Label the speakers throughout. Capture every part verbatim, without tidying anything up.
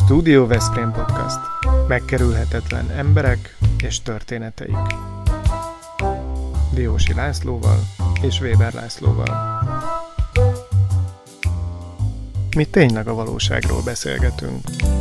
Speaker 1: Studio Veszprém Podcast. Megkerülhetetlen emberek és történeteik. Diósi Lászlóval és Weber Lászlóval. Mi tényleg a valóságról beszélgetünk.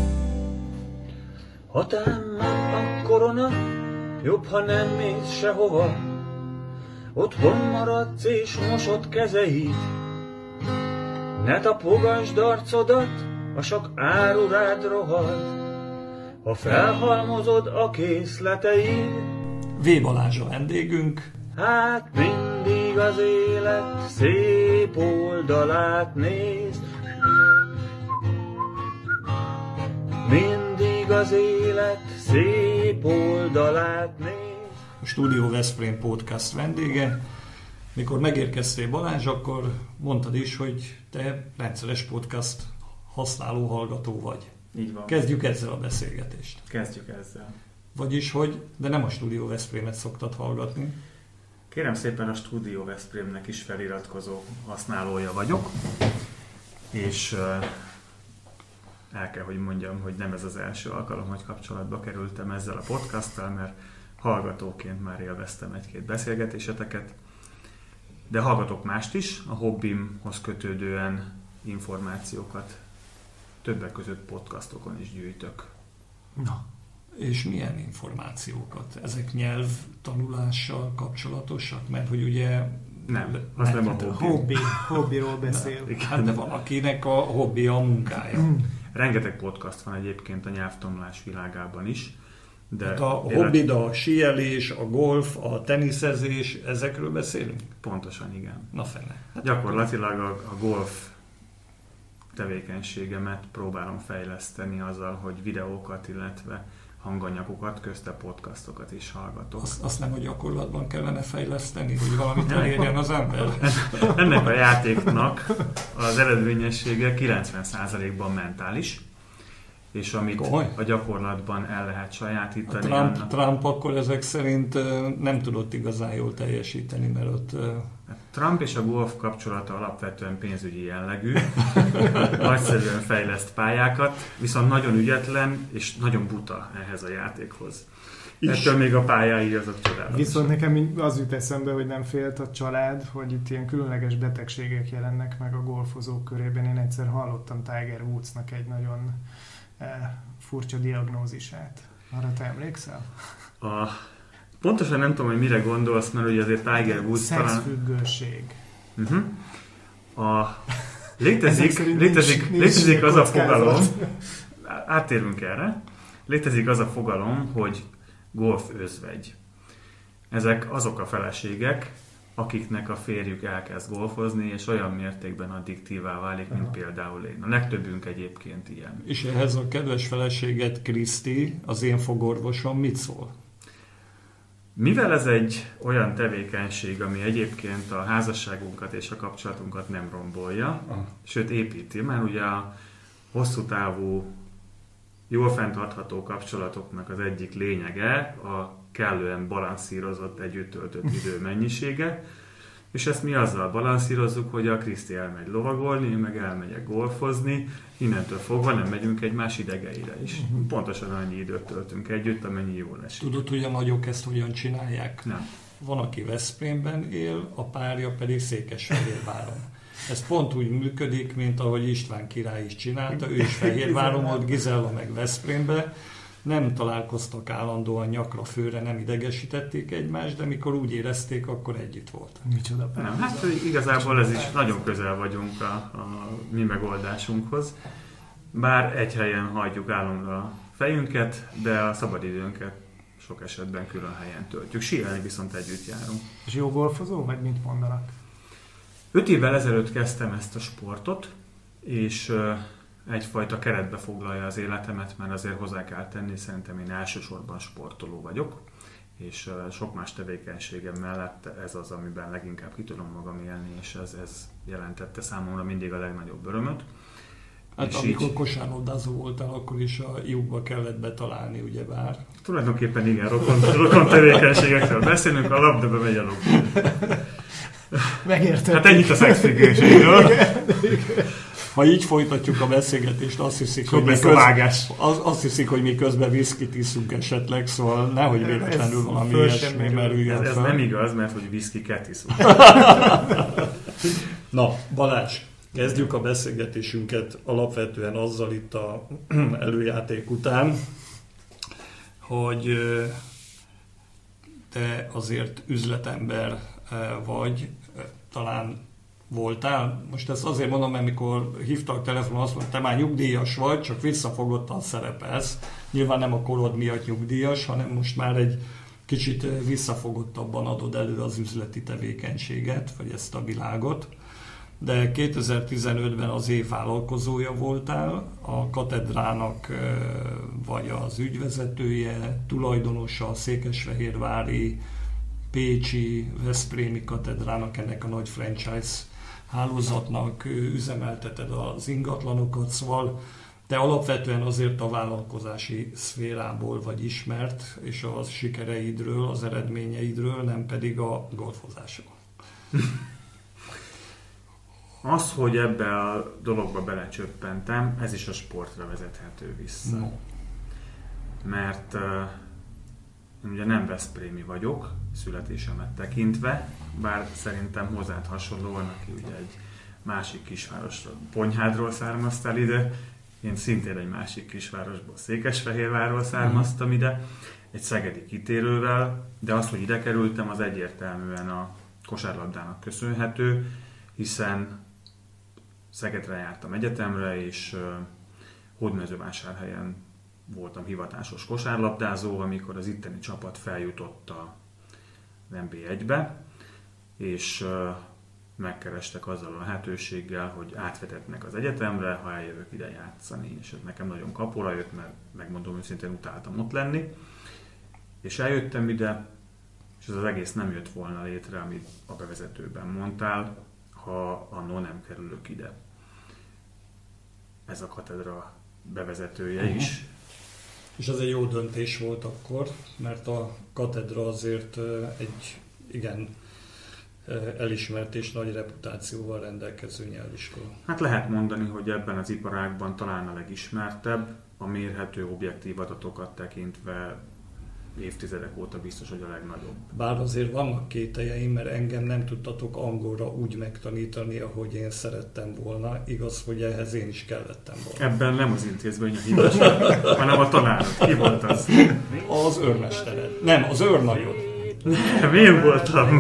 Speaker 2: Ha támad a korona, jobb, ha nem mész sehova. Otthon maradsz és mosod kezeid. Ne tapogasd arcodat, a sok áru rád rohad. Ha felhalmozod a készleteid.
Speaker 3: V. Balázs a vendégünk.
Speaker 2: Hát mindig az élet szép oldalát néz. Mindig az élet szép oldalát néz.
Speaker 3: A Studio Veszprém Podcast vendége. Mikor megérkeztél, Balázs, akkor mondtad is, hogy te rendszeres podcast használó hallgató vagy.
Speaker 4: Így van.
Speaker 3: Kezdjük ezzel a beszélgetést.
Speaker 4: Kezdjük ezzel.
Speaker 3: Vagyis, hogy de nem a Studio Veszprémet szoktad hallgatni.
Speaker 4: Kérem szépen, a Studio Veszprémnek is feliratkozó használója vagyok, és uh, el kell, hogy mondjam, hogy nem ez az első alkalom, hogy kapcsolatba kerültem ezzel a podcasttal, mert hallgatóként már élveztem egy-két beszélgetéseteket, de hallgatok mást is, a hobbimhoz kötődően információkat többek között podcastokon is gyűjtök.
Speaker 3: Na, és milyen információkat? Ezek nyelvtanulással kapcsolatosak? Mert hogy ugye...
Speaker 4: Nem, az nem a hobbi.
Speaker 1: Hobbi, hobbiról beszél.
Speaker 3: De, hát de van, akinek a hobbi a munkája.
Speaker 4: Rengeteg podcast van egyébként a nyelvtanulás világában is. De
Speaker 3: hát a
Speaker 4: élet...
Speaker 3: hobbid, a síelés, a golf, a teniszezés, ezekről beszélünk?
Speaker 4: Pontosan, igen.
Speaker 3: Na fene. Hát
Speaker 4: gyakorlatilag a, a golf tevékenységemet próbálom fejleszteni azzal, hogy videókat, illetve hanganyagokat, közte podcastokat is hallgatok.
Speaker 3: Azt, azt nem a gyakorlatban kellene fejleszteni, hogy valamit elérjen az ember?
Speaker 4: Ennek a játéknak az eredményessége kilencven százalékban mentális, és amit Goly. a gyakorlatban el lehet sajátítani.
Speaker 3: A Trump,
Speaker 4: annak... Trump
Speaker 3: akkor ezek szerint nem tudott igazán jól teljesíteni, mert ott...
Speaker 4: Trump és a golf kapcsolata alapvetően pénzügyi jellegű, nagyszerűen fejleszt pályákat, viszont nagyon ügyetlen és nagyon buta ehhez a játékhoz. És ettől még a pályái azok csodálatos.
Speaker 1: Viszont nekem az jut eszembe, hogy nem félt a család, hogy itt ilyen különleges betegségek jelennek meg a golfozók körében. Én egyszer hallottam Tiger Woodsnak egy nagyon eh, furcsa diagnózisát. Arra te emlékszel?
Speaker 4: A... Pontosan nem tudom, hogy mire gondolsz, mert ugye azért Tiger Woods talán...
Speaker 1: Szexfüggőség.
Speaker 4: Uh-huh. A... Létezik, létezik, nincs, létezik nincs az a fogalom, áttérünk erre, létezik az a fogalom, hogy golf özvegy. Ezek azok a feleségek, akiknek a férjük elkezd golfozni, és olyan mértékben addiktívá válik, mint például én. A legtöbbünk egyébként ilyen.
Speaker 3: És ehhez a kedves feleséget, Kriszti, az én fogorvosom mit szól?
Speaker 4: Mivel ez egy olyan tevékenység, ami egyébként a házasságunkat és a kapcsolatunkat nem rombolja, ah. sőt építi, mert ugye a hosszú távú, jól fenntartható kapcsolatoknak az egyik lényege a kellően balanszírozott, együtt töltött idő mennyisége, és ezt mi azzal balanszírozzuk, hogy a Kriszti elmegy lovagolni, én meg elmegyek golfozni, innentől fogva nem megyünk egymás idegeire is. Uh-huh. Pontosan annyi időt töltünk együtt, amennyi jól esik.
Speaker 3: Tudod, hogy a nagyok ezt hogyan csinálják?
Speaker 4: Nem.
Speaker 3: Van, aki Veszprémben él, a párja pedig Székesfehérváron. Ez pont úgy működik, mint ahogy István király is csinálta, ő is Fehérváron volt, Gizella meg Veszprémbe. Nem találkoztak állandóan nyakra főre, nem idegesítették egymást, de mikor úgy érezték, akkor együtt volt.
Speaker 1: Micsoda pár.
Speaker 4: Nem, hát igazából ez is nagyon közel vagyunk a, a mi megoldásunkhoz. Bár egy helyen hajtjuk álomra a fejünket, de a szabadidőnket sok esetben külön helyen töltjük. Síelni viszont együtt járunk.
Speaker 1: És jó golfozó, vagy mit mondanak?
Speaker 4: Öt évvel ezelőtt kezdtem ezt a sportot, és egyfajta keretbe foglalja az életemet, mert azért hozzá kell tenni, szerintem én elsősorban sportoló vagyok, és sok más tevékenységem mellett ez az, amiben leginkább ki tudom magam élni, és ez, ez jelentette számomra mindig a legnagyobb örömöt.
Speaker 3: Hát és amikor így... kosárlabdázó voltál, akkor is a lyukba kellett betalálni, ugyebár?
Speaker 4: Tulajdonképpen igen, rokon, rokon tevékenységekről beszélünk, a labdába megy a luk.
Speaker 1: Megértem.
Speaker 4: Hát ennyit a szexfüggőségről.
Speaker 3: Ha így folytatjuk a beszélgetést, azt hiszik, hogy mi, köz... az, azt hiszik, hogy mi közben viszkit iszunk esetleg, szóval nehogy véletlenül valami ilyesmi merüljön
Speaker 4: ez, ez
Speaker 3: fel.
Speaker 4: nem igaz, mert hogy viszkiket iszunk.
Speaker 3: Na, Balázs, kezdjük a beszélgetésünket alapvetően azzal itt a előjáték után, hogy te azért üzletember vagy, talán voltál. Most ezt azért mondom, mert mikor hívtak telefonon, azt mondta, te már nyugdíjas vagy, csak visszafogottan szerepelsz. Nyilván nem a korod miatt nyugdíjas, hanem most már egy kicsit visszafogottabban adod elő az üzleti tevékenységet, vagy ezt a világot. De kétezer-tizenötben az év vállalkozója voltál, a katedrának vagy az ügyvezetője, tulajdonosa, a székesfehérvári, pécsi, veszprémi katedrának, ennek a nagy franchise hálózatnak üzemelteted az ingatlanokat, szóval te alapvetően azért a vállalkozási szférából vagy ismert, és a sikereidről, az eredményeidről, nem pedig a golfozásról.
Speaker 4: Az, hogy ebbe a dologba belecsöppentem, ez is a sportra vezethető vissza. No. Mert uh, ugye nem veszprémi vagyok, születésemet tekintve, bár szerintem hozzád hasonlóan, aki ugye egy másik kisvárosról, Ponyhádról származtál ide, én szintén egy másik kisvárosból, Székesfehérvárról származtam ide, egy szegedi kitérővel, de az, hogy ide kerültem, az egyértelműen a kosárlabdának köszönhető, hiszen Szegedre jártam egyetemre, és uh, Hódmezővásárhelyen voltam hivatásos kosárlabdázó, amikor az itteni csapat feljutott az en bé egybe, és uh, megkerestek azzal a lehetőséggel, hogy átvetetnek az egyetemre, ha eljövök ide játszani, és ez nekem nagyon kapóra jött, mert megmondom őszintén, utáltam ott lenni, és eljöttem ide, és ez az egész nem jött volna létre, amit a bevezetőben mondtál, ha annól nem kerülök ide. Ez a katedra bevezetője uh-huh. is.
Speaker 3: És ez egy jó döntés volt akkor, mert a katedra azért egy igen elismert és nagy reputációval rendelkező nyelviskola.
Speaker 4: Hát lehet mondani, hogy ebben az iparágban talán a legismertebb, a mérhető objektív adatokat tekintve évtizedek óta biztos, hogy a legnagyobb.
Speaker 3: Bár azért vannak kételjeim, mert engem nem tudtatok angolra úgy megtanítani, ahogy én szerettem volna. Igaz, hogy ehhez én is kellettem volna.
Speaker 4: Ebben nem az intézmény a hibás, hanem a tanárod. Ki volt az?
Speaker 3: Az őrmestered. Nem, az őrnagyod.
Speaker 4: Nem, én voltam.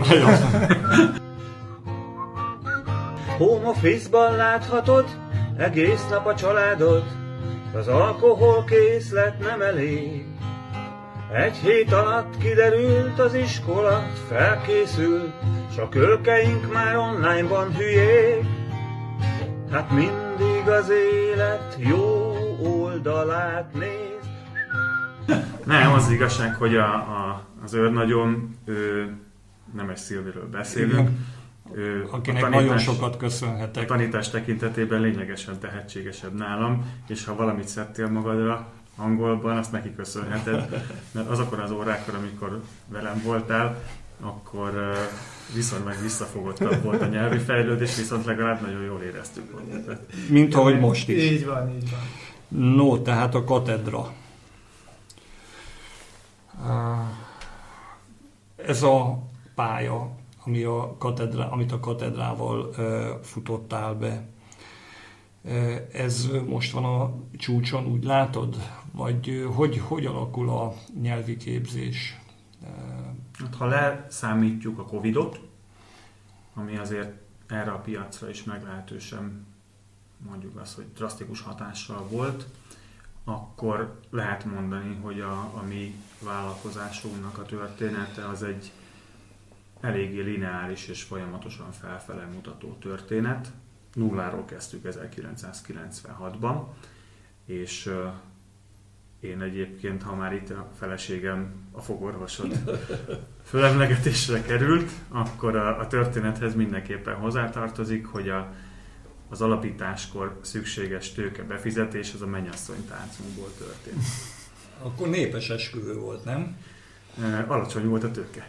Speaker 2: Home office-ban láthatod egész nap a családod, az alkoholkészlet nem elég. Egy hét alatt kiderült az iskola, felkészült, s a kölkeink már online-ban hülyék. Hát mindig az élet jó oldalát néz.
Speaker 4: Nem, az igazság, hogy a, a, az őrnagyom, ő, Nemes Szilviről beszélünk, ő,
Speaker 3: akinek tanítás, nagyon sokat köszönhetek.
Speaker 4: A tanítás tekintetében lényegesen tehetségesebb nálam, és ha valamit szedtél magadra angolban, azt neki köszönheted, mert azokon az órákon, amikor velem voltál, akkor viszonylag visszafogottabb volt a nyelvi fejlődés, viszont legalább nagyon jól éreztük magunkat.
Speaker 3: Mint ahogy most is.
Speaker 1: Így van, így van.
Speaker 3: No, tehát a katedra. Ez a pálya, ami a katedra, amit a katedrával futottál be, ez most van a csúcson, úgy látod? Vagy hogy, hogy alakul a nyelvi képzés?
Speaker 4: Hát, ha leszámítjuk a Covidot, ami azért erre a piacra is meglehetősen, mondjuk azt, hogy drasztikus hatással volt, akkor lehet mondani, hogy a, a mi vállalkozásunknak a története az egy eléggé lineáris és folyamatosan felfele mutató történet. Nulláról kezdtük ezerkilencszázkilencvenhatban, és uh, én egyébként, ha már itt a feleségem, a fogorvosod fölemlegetésre került, akkor a, a történethez mindenképpen hozzátartozik, hogy a, az alapításkor szükséges tőke befizetés az a mennyasszony táncunkból történt.
Speaker 3: Akkor népes esküvő volt, nem?
Speaker 4: Uh, alacsony volt a tőke.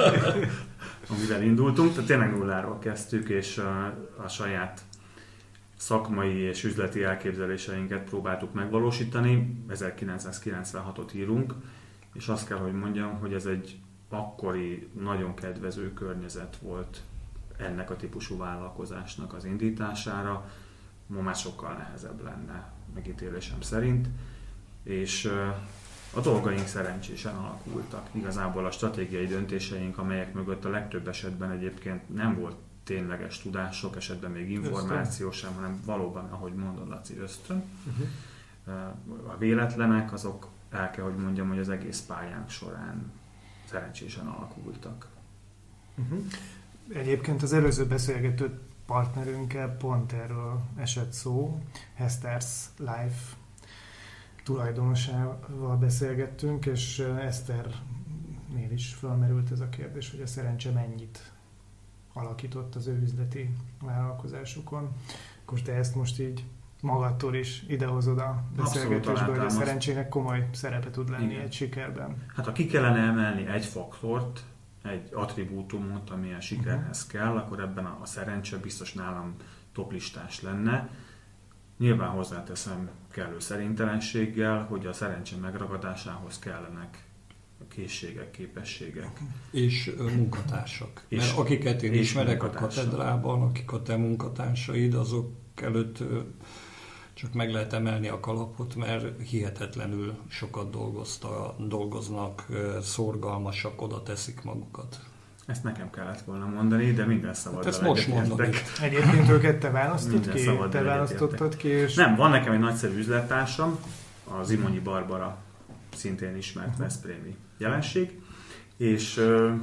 Speaker 4: Amivel indultunk, tehát tényleg nulláról kezdtük, és a, a saját szakmai és üzleti elképzeléseinket próbáltuk megvalósítani. ezerkilencszázkilencvenhatot írunk, és azt kell, hogy mondjam, hogy ez egy akkori nagyon kedvező környezet volt ennek a típusú vállalkozásnak az indítására. Ma már sokkal nehezebb lenne, megítélésem szerint, és a dolgaink szerencsésen alakultak. Igazából a stratégiai döntéseink, amelyek mögött a legtöbb esetben egyébként nem volt tényleges tudás, sok esetben még információ sem, hanem valóban, ahogy mondod, Laci, ösztön. Uh-huh. A véletlenek azok, el kell, hogy mondjam, hogy az egész pályánk során szerencsésen alakultak.
Speaker 1: Uh-huh. Egyébként az előző beszélgető partnerünkkel pont erről esett szó, Hester's Life tulajdonosával beszélgettünk, és Eszternél is felmerült ez a kérdés, hogy a szerencse mennyit alakított az ő üzleti vállalkozásukon. Akkor te ezt most így magadtól is idehozod a beszélgetésbe, hogy a szerencsének komoly szerepe tud lenni. Igen. Egy sikerben.
Speaker 4: Hát ha ki kellene emelni egy faktort, egy attribútumot, ami a sikerhez uh-huh. kell, akkor ebben a, a szerencse biztos nálam toplistás lenne. Nyilván hozzáteszem kellő szerintelenséggel, hogy a szerencse megragadásához kellenek készségek, képességek.
Speaker 3: És munkatársak. És, mert akiket én ismerek a katedrában, akik a te munkatársaid, azok előtt csak meg lehet emelni a kalapot, mert hihetetlenül sokat dolgozta, dolgoznak, szorgalmasak, oda teszik magukat.
Speaker 4: Ezt nekem kellett volna mondani, de minden szabad.
Speaker 3: Hát ezt most mondod.
Speaker 1: Egyébként őket te választod ki? Te választottad ki? És...
Speaker 4: Nem, van nekem egy nagyszerű üzlettársam, az Imonyi Barbara, szintén ismert veszprémi jelenség, és euh,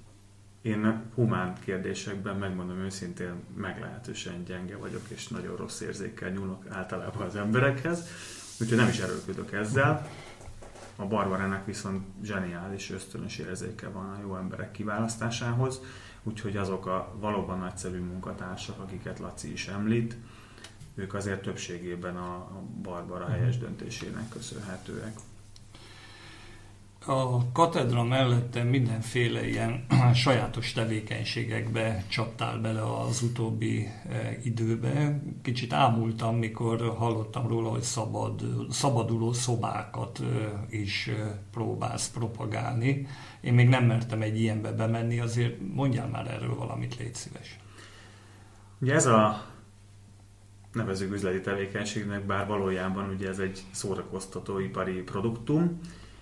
Speaker 4: én humán kérdésekben, megmondom őszintén, meglehetősen gyenge vagyok, és nagyon rossz érzékkel nyúlok általában az emberekhez, úgyhogy nem is erőlködök ezzel. A Barbarának viszont zseniális, ösztönös érzéke van a jó emberek kiválasztásához, úgyhogy azok a valóban nagyszerű munkatársak, akiket Laci is említ, ők azért többségében a Barbara helyes döntésének köszönhetőek.
Speaker 3: A katedra mellett mindenféle ilyen sajátos tevékenységekbe csaptál bele az utóbbi időben. Kicsit ámultam, mikor hallottam róla, hogy szabad, szabaduló szobákat is próbálsz propagálni. Én még nem mertem egy ilyenbe bemenni, azért mondjál már erről valamit, légy szíves.
Speaker 4: Ugye ez a nevező üzleti tevékenységnek, bár valójában ugye ez egy szórakoztató ipari produktum,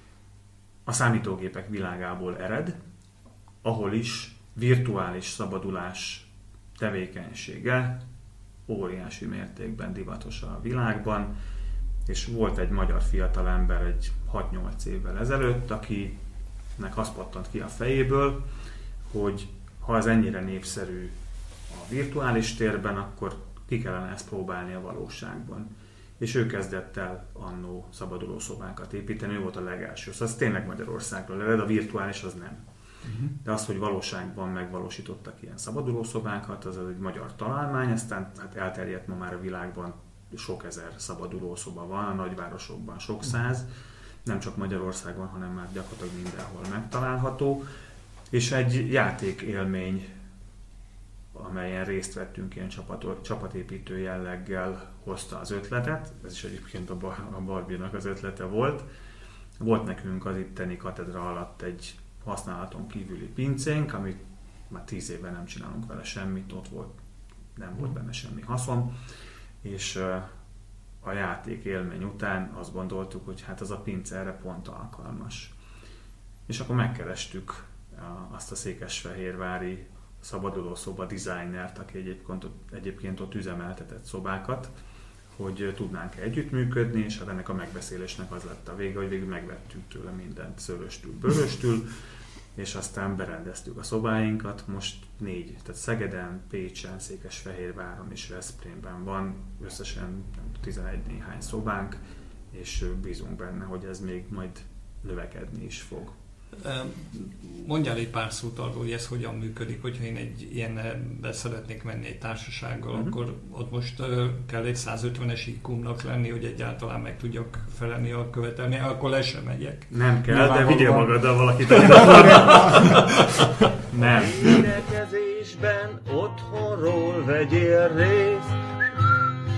Speaker 4: a számítógépek világából ered, ahol is virtuális szabadulás tevékenysége óriási mértékben divatos a világban, és volt egy magyar fiatalember egy hat-nyolc évvel ezelőtt, akinek azt pattant ki a fejéből, hogy ha ez ennyire népszerű a virtuális térben, akkor ki kellene ezt próbálni a valóságban. És ő kezdett el annó szabaduló szobákat építeni, ő volt a legelső. Szóval ez tényleg Magyarországról ered, a virtuális az nem. Uh-huh. De az, hogy valóságban megvalósítottak ilyen szabaduló szobákat, az egy magyar találmány, aztán hát elterjedt ma már a világban, sok ezer szabaduló szoba van, a nagyvárosokban sok száz, nem csak Magyarországon, hanem már gyakorlatilag mindenhol megtalálható. És egy játékélmény, amelyen részt vettünk ilyen csapat, csapatépítő jelleggel, hozta az ötletet, ez is egyébként a Barbie-nak az ötlete volt. Volt nekünk az itteni katedra alatt egy használaton kívüli pincénk, amit már tíz éve nem csinálunk vele semmit, ott volt, nem volt benne semmi haszon, és a játék élmény után azt gondoltuk, hogy hát az a pince erre pont alkalmas. És akkor megkerestük azt a székesfehérvári szabaduló szoba designert, aki egyébként, egyébként ott üzemeltetett szobákat, hogy tudnánk együttműködni, és hát ennek a megbeszélésnek az lett a vége, hogy végül megvettünk tőle mindent szöröstül, bőröstül, és aztán berendeztük a szobáinkat. Most négy, tehát Szegeden, Pécsen, Székesfehérváron és Veszprémben van összesen tizenegy néhány szobánk, és bízunk benne, hogy ez még majd növekedni is fog.
Speaker 3: Mondjál egy pár szót arról, hogy ez hogyan működik, hogyha én egy ilyenbe szeretnék menni egy társasággal, uh-huh. akkor ott most kell egy százötvenes í kúmnak lenni, hogy egyáltalán meg tudjak felelni a követelni, akkor le sem megyek.
Speaker 4: Nem kell, nyilván de vigyél magaddal valakit. Nem.
Speaker 2: Énekezésben otthonról vegyél részt,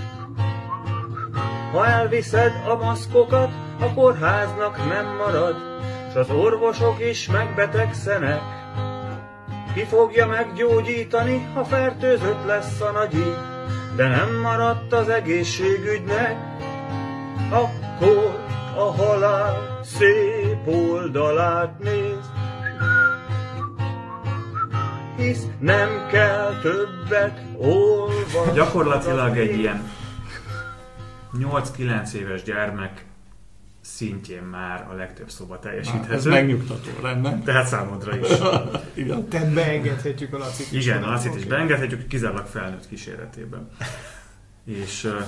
Speaker 2: Ha elviszed a maszkokat, a kórháznak nem marad, s az orvosok is megbetegszenek. Ki fogja meggyógyítani, ha fertőzött lesz a nagyi, de nem maradt az egészségügynek. Akkor a halál szép oldalát néz, hisz nem kell többet olvasni.
Speaker 4: Gyakorlatilag egy ilyen nyolc-kilenc éves gyermek szintjén már a legtöbb szoba teljesíthető.
Speaker 3: Ez megnyugtató, rendben.
Speaker 4: Tehát számodra is.
Speaker 1: Igen. Tehát beengedhetjük a Lacit is.
Speaker 4: Igen, a Lacit is beengedhetjük, kizárólag felnőtt kíséretében. És uh,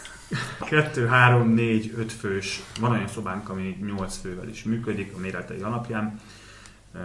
Speaker 4: kettő, három, négy, öt fős, van olyan szobánk, ami nyolc fővel is működik a méretei alapján. Uh,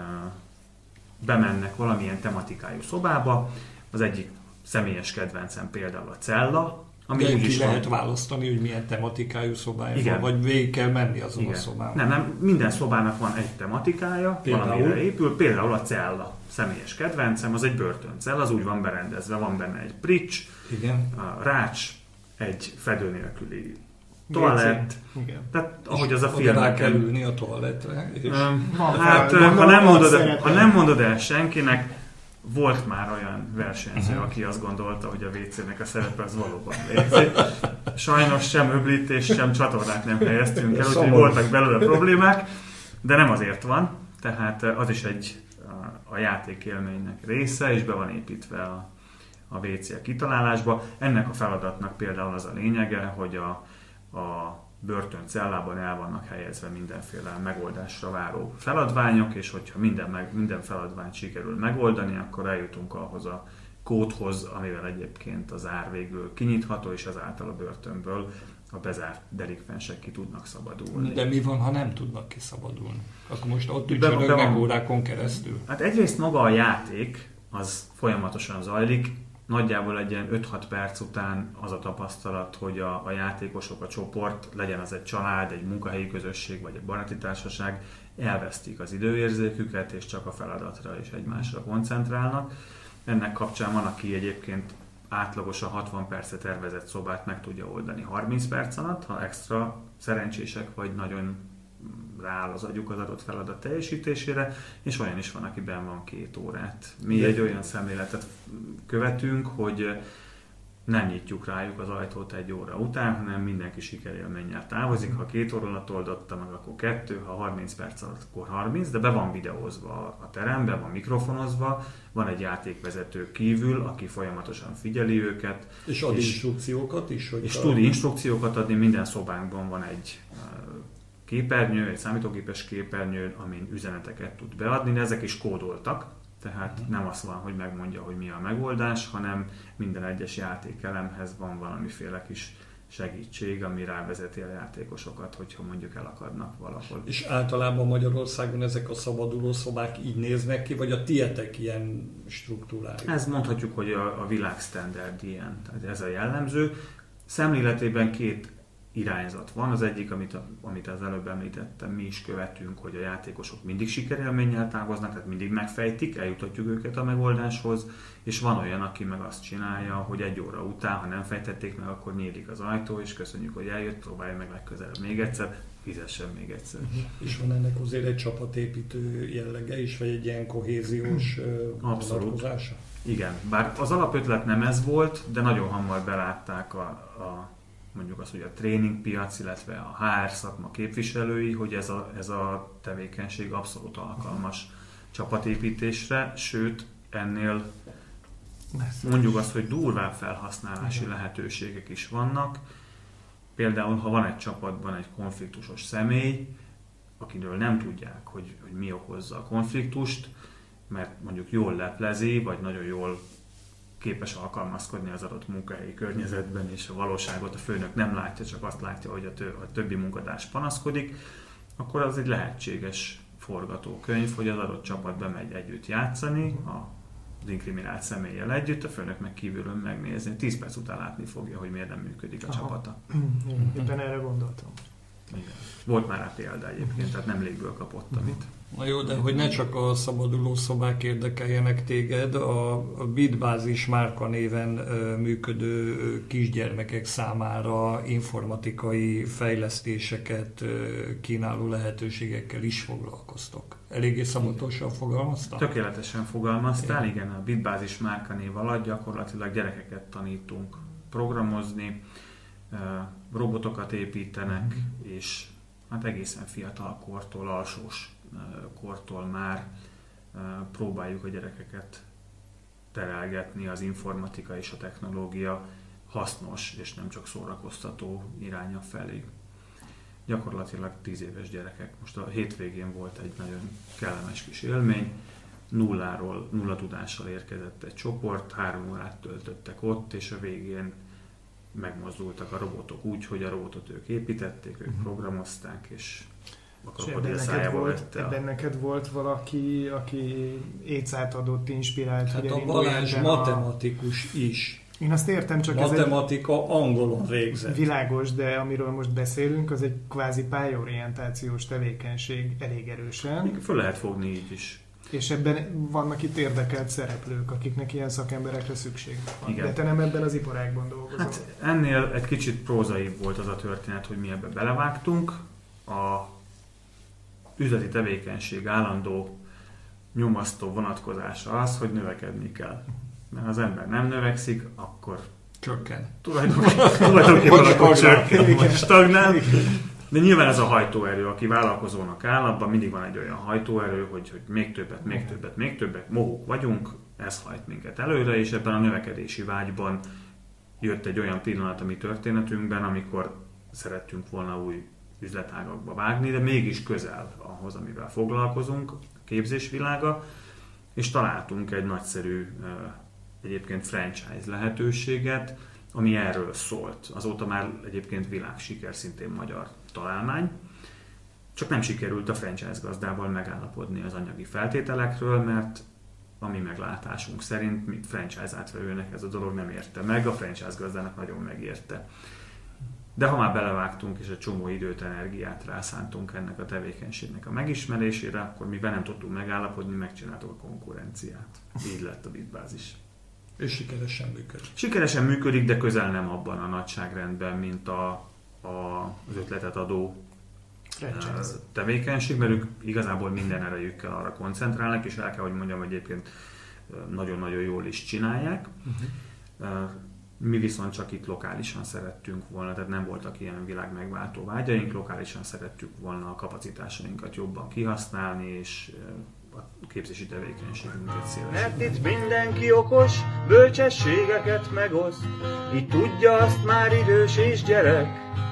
Speaker 4: bemennek valamilyen tematikájú szobába. Az egyik személyes kedvencem például a cella, ami
Speaker 3: de
Speaker 4: úgy
Speaker 3: ki
Speaker 4: is
Speaker 3: lehet
Speaker 4: van.
Speaker 3: választani, hogy milyen tematikájú szobája
Speaker 4: Igen.
Speaker 3: van, vagy végig kell menni azon
Speaker 4: Igen.
Speaker 3: a szobában.
Speaker 4: Nem, nem, minden szobának van egy tematikája,
Speaker 3: Például?
Speaker 4: valamire épül, például a cella. Személyes kedvencem, az egy börtöncella, az úgy van berendezve, van benne egy prics,
Speaker 3: Igen.
Speaker 4: a rács, egy fedő nélküli toalett,
Speaker 1: Igen.
Speaker 4: tehát ahogy az a
Speaker 3: Oda rá kell
Speaker 4: filmeken.
Speaker 3: ülni a toalettre. És
Speaker 4: Um,
Speaker 1: Van
Speaker 4: hát,
Speaker 1: fel,
Speaker 4: ha
Speaker 1: van
Speaker 4: nem, mondod,
Speaker 1: szerepe.
Speaker 4: ha nem mondod el senkinek, volt már olyan versenyző,
Speaker 3: Uh-huh.
Speaker 4: aki azt gondolta, hogy a vé cének a szerepe az valóban létezik. Sajnos sem öblítés, sem csatornát nem helyeztünk el, úgyhogy voltak belőle problémák, de nem azért van, tehát az is egy a, a játékélménynek része, és be van építve a, a vé cé a kitalálásba. Ennek a feladatnak például az a lényege, hogy a, a börtöncellában el vannak helyezve mindenféle megoldásra váró feladványok, és hogyha minden, meg, minden feladványt sikerül megoldani, akkor eljutunk ahhoz a kódhoz, amivel egyébként az ár végül kinyitható, és ezáltal a börtönből a bezárt delikvensek ki tudnak szabadulni.
Speaker 3: de mi van, ha nem tudnak kiszabadulni? Akkor most ott
Speaker 4: Be- be
Speaker 3: ücsörögnek
Speaker 4: van.
Speaker 3: órákon keresztül.
Speaker 4: Hát egyrészt maga a játék, az folyamatosan zajlik, nagyjából egy ilyen öt-hat perc után az a tapasztalat, hogy a, a játékosok, a csoport, legyen az egy család, egy munkahelyi közösség vagy egy baráti társaság, elvesztik az időérzéküket, és csak a feladatra és egymásra koncentrálnak. Ennek kapcsán van, aki egyébként átlagosan hatvan percre tervezett szobát meg tudja oldani harminc perc alatt, ha extra szerencsések vagy nagyon rááll az agyuk az adott feladat teljesítésére, és olyan is van, akiben van két órát. Mi egy olyan szemléletet követünk, hogy nem nyitjuk rájuk az ajtót egy óra után, hanem mindenki sikerélménnyel távozik. Ha két óra alatt oldotta meg, akkor kettő, ha harminc perc alatt, akkor harminc, de be van videózva a terem, be van mikrofonozva, van egy játékvezető kívül, aki folyamatosan figyeli őket.
Speaker 3: És ad
Speaker 4: és,
Speaker 3: instrukciókat is? Hogy
Speaker 4: és
Speaker 3: a...
Speaker 4: tud instrukciókat adni, minden szobánkban van egy képernyő, egy számítógépes képernyő, amin üzeneteket tud beadni, de ezek is kódoltak, tehát nem az van, hogy megmondja, hogy mi a megoldás, hanem minden egyes játékelemhez van valamiféle kis segítség, ami rávezeti a játékosokat, hogyha mondjuk elakadnak valahol.
Speaker 3: És általában Magyarországon ezek a szabaduló szobák így néznek ki, vagy a tietek ilyen struktúrájú?
Speaker 4: Ez mondhatjuk, hogy a, a világ standard ilyen, tehát ez a jellemző. Szemléletében két irányzat van. Az egyik, amit, a, amit az előbb említettem, mi is követünk, hogy a játékosok mindig sikerélménnyel távoznak, tehát mindig megfejtik, eljutatjuk őket a megoldáshoz, és van olyan, aki meg azt csinálja, hogy egy óra után, ha nem fejtették meg, akkor nyílik az ajtó, és köszönjük, hogy eljött, próbálja meg legközelebb még egyszer, fizessen még egyszer.
Speaker 3: És van ennek azért egy csapatépítő jellege is, vagy egy ilyen kohéziós vonatkozása?
Speaker 4: Igen, bár az alapötlet nem ez volt, de nagyon hamar belátták a, a mondjuk azt, hogy a tréningpiac, illetve a há er szakma képviselői, hogy ez a, ez a tevékenység abszolút alkalmas csapatépítésre, sőt ennél mondjuk azt, hogy durvább felhasználási lehetőségek is vannak. Például, ha van egy csapatban egy konfliktusos személy, akiről nem tudják, hogy, hogy mi okozza a konfliktust, mert mondjuk jól leplezi, vagy nagyon jól képes alkalmazkodni az adott munkahelyi környezetben, és a valóságot a főnök nem látja, csak azt látja, hogy a, tö- a többi munkatárs panaszkodik, akkor az egy lehetséges forgatókönyv, hogy az adott csapat bemegy együtt játszani, az inkriminált személlyel együtt, a főnök meg kívülön megnézni. tíz perc után látni fogja, hogy miért nem működik a
Speaker 1: Aha.
Speaker 4: csapata.
Speaker 1: Éppen erre gondoltam.
Speaker 4: Igen. Volt már rá példa egyébként, tehát nem légből kapott, amit.
Speaker 3: Na jó, de hogy ne csak a szabaduló szobák érdekeljenek téged, a, a Bitbázis márka néven ö, működő ö, kisgyermekek számára informatikai fejlesztéseket ö, kínáló lehetőségekkel is foglalkoztok. Eléggé szabatosan fogalmaztam?
Speaker 4: Tökéletesen fogalmaztál, igen, a Bitbázis márka név alatt gyakorlatilag gyerekeket tanítunk programozni, ö, robotokat építenek, uh-huh. és hát egészen fiatal kortól, alsós kortól már próbáljuk a gyerekeket terelgetni az informatika és a technológia hasznos és nem csak szórakoztató iránya felé. Gyakorlatilag tíz éves gyerekek. Most a hétvégén volt egy nagyon kellemes kis élmény. Nulláról, nulla tudással érkezett egy csoport, három órát töltöttek ott, és a végén megmozdultak a robotok úgy, hogy a robotot ők építették, ők programozták, és a krokodil szájába
Speaker 1: volt, ebben neked volt valaki, aki écát adott, inspirált?
Speaker 3: Hát a Balázs matematikus a... is.
Speaker 1: Én azt értem, csak
Speaker 3: Matematika
Speaker 1: ez egy
Speaker 3: angolon végzett.
Speaker 1: Világos, de amiről most beszélünk, az egy kvázi pályaorientációs tevékenység elég erősen.
Speaker 4: Föl lehet fogni így is.
Speaker 1: És ebben vannak itt érdekelt szereplők, akiknek ilyen szakemberekre szükség van.
Speaker 4: Igen.
Speaker 1: De te nem ebben az iparágban dolgozol.
Speaker 4: Hát ennél egy kicsit prózaibb volt az a történet, hogy mi ebbe belevágtunk. A üzleti tevékenység állandó nyomasztó vonatkozása az, hogy növekedni kell. Mert ha az ember nem növekszik, akkor
Speaker 3: csökken.
Speaker 4: Tulajdonképpen akkor csökken, vagy stagnál. De nyilván ez a hajtóerő, aki vállalkozónak áll, abban mindig van egy olyan hajtóerő, hogy, hogy még többet, még többet, még többet, mohók vagyunk, ez hajt minket előre, és ebben a növekedési vágyban jött egy olyan pillanat a mi történetünkben, amikor szerettünk volna új üzletágakba vágni, de mégis közel ahhoz, amivel foglalkozunk, a képzésvilága, és találtunk egy nagyszerű egyébként franchise lehetőséget, ami erről szólt. Azóta már egyébként világsiker, szintén magyar találmány. Csak nem sikerült a franchise gazdával megállapodni az anyagi feltételekről, mert a mi meglátásunk szerint, mint franchise átvevőnek ez a dolog nem érte meg, a franchise gazdának nagyon megérte. De ha már belevágtunk és egy csomó időt, energiát rászántunk ennek a tevékenységnek a megismerésére, akkor mivel nem tudtunk megállapodni, megcsináltuk a konkurenciát. Így lett a Bitbázis.
Speaker 3: És sikeresen működik.
Speaker 4: Sikeresen működik, de közel nem abban a nagyságrendben, mint a, a, az ötletet adó franchise tevékenység, mert ők igazából minden erejükkel arra koncentrálnak, és el kell, hogy mondjam, hogy egyébként nagyon-nagyon jól is csinálják. Uh-huh. Mi viszont csak itt lokálisan szerettünk volna, tehát nem voltak ilyen világ megváltó vágyaink, lokálisan szerettük volna a kapacitásainkat jobban kihasználni, és a képzési tevékenységünket szélesíteni.
Speaker 2: Mert itt mindenki okos, bölcsességeket megoszt, itt tudja azt már idős és gyerek,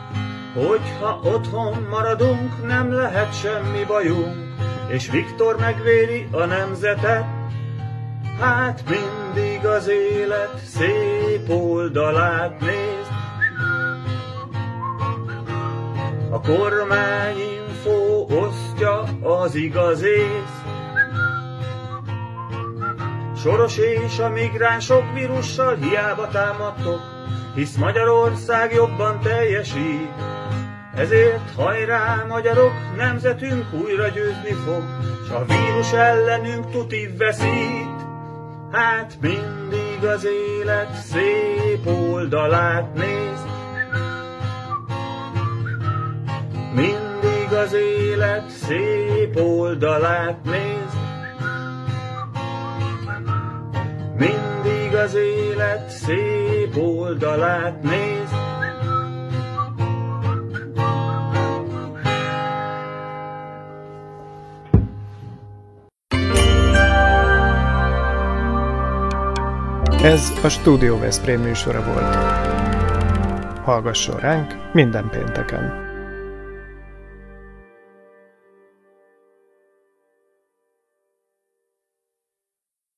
Speaker 2: hogyha otthon maradunk, nem lehet semmi bajunk, és Viktor megvédi a nemzetet. Hát mindig az élet szép oldalát nézd, a kormányinfó osztja az igaz ész. Soros és a migránsok vírussal hiába támadtok, hisz Magyarország jobban teljesít. Ezért hajrá magyarok, nemzetünk újra győzni fog, s a vírus ellenünk tuti veszít. Hát mindig az élet szép oldalát néz, mindig az élet szép oldalát néz, mindig az élet szép oldalát néz.
Speaker 1: Ez a Stúdió Veszprém műsora volt. Hallgasson ránk minden pénteken!